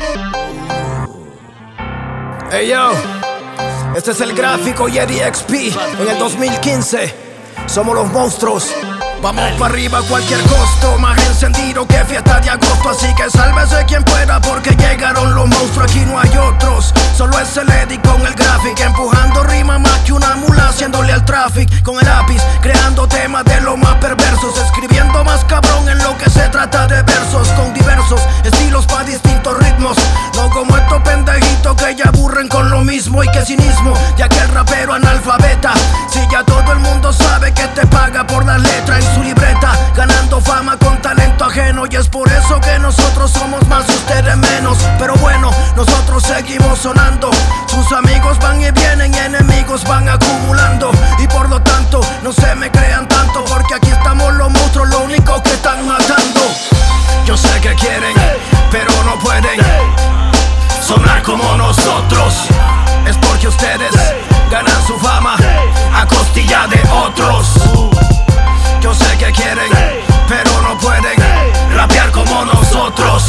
Hey yo, este es el gráfico Yeti XP en el 2015. Somos los monstruos. Vamos para arriba a cualquier costo, más encendido que fiesta de agosto. Así que sálvese quien pueda porque llegaron los monstruos, aquí no hay otros. Solo es el Eddie con el gráfico, empujando rima más que una mula, haciéndole al tráfico. Con el lápiz, creando temas de los más perversos, escribiendo más cabrón en lo que se trata de versos. Con diversos estilos pa' distintos ritmos, no como estos pendejitos que ya aburren con lo mismo. Y que cinismo, ya que el rapero analfabeta. Si ya todo el mundo sabe que te paga por las letras en su libreta, ganando fama con talento ajeno. Y es por eso que nosotros somos más y ustedes menos. Pero bueno, nosotros seguimos sonando. Sus amigos van y vienen y enemigos van acumulando. Y por lo tanto, no se me crean tanto, porque aquí estamos los monstruos, lo único que están matando. Yo sé que quieren, pero no pueden sonar como nosotros. Es porque ustedes ganan su fama a costilla de otros. Yo sé que quieren, pero no pueden rapear como nosotros.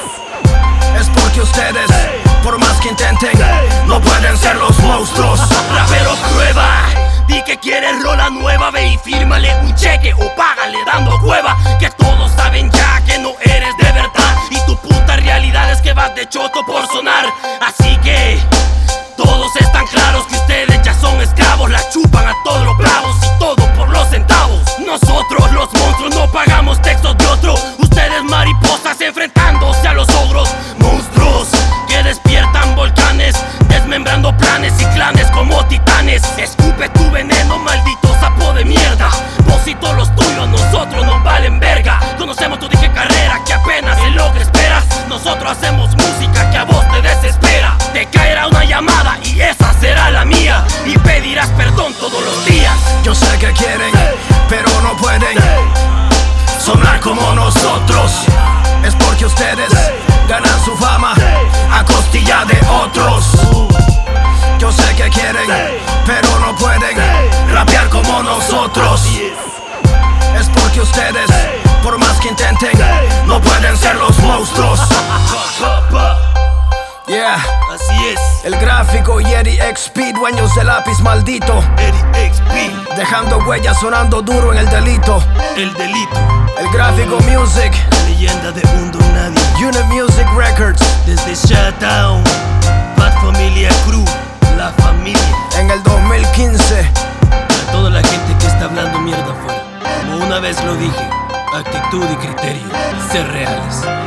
Es porque ustedes, por más que intenten, no pueden ser los monstruos. Rapero, prueba, di que quieres rola nueva, ve y fírmale un cheque o págale dando cueva. Que todos saben ya que no eres de verdad y tu puta realidad es que vas de choto por sonar. Así que todos están claros que ustedes ya son esclavos, la chupan a todos los bravos y todo por los centavos. Nosotros los monstruos no pagamos textos de otro. Ustedes mariposas enfrentándose a los ogros. Monstruos que despiertan volcanes, desmembrando planes y clanes como titanes. Escupe tu veneno, maldito sapo de mierda. Vos y todos los tuyos, nosotros no valen verga. Conocemos tu dije carrera que apenas es lo que esperas. Nosotros hacemos música que a vos te desespera. Te caerá una llamada y esa será la mía, y pedirás perdón todos los días. Yo sé que quieren, pero no pueden sonar como nosotros. Es porque ustedes ganan su fama a costilla de otros. Yo sé que quieren, pero no pueden rapear como nosotros. Es porque ustedes, por más que intenten, no pueden ser los monstruos. Yeah, así es. El gráfico Yeti XP, dueños del lápiz maldito. Yeti XP, dejando huellas, sonando duro en el delito. el delito. El gráfico Music, La leyenda de un don nadie. Unit Music Records. Desde Shutdown, Bad Familia Crew, la familia. En el 2015. Para toda la gente que está hablando mierda afuera, como una vez lo dije, actitud y criterio, ser reales.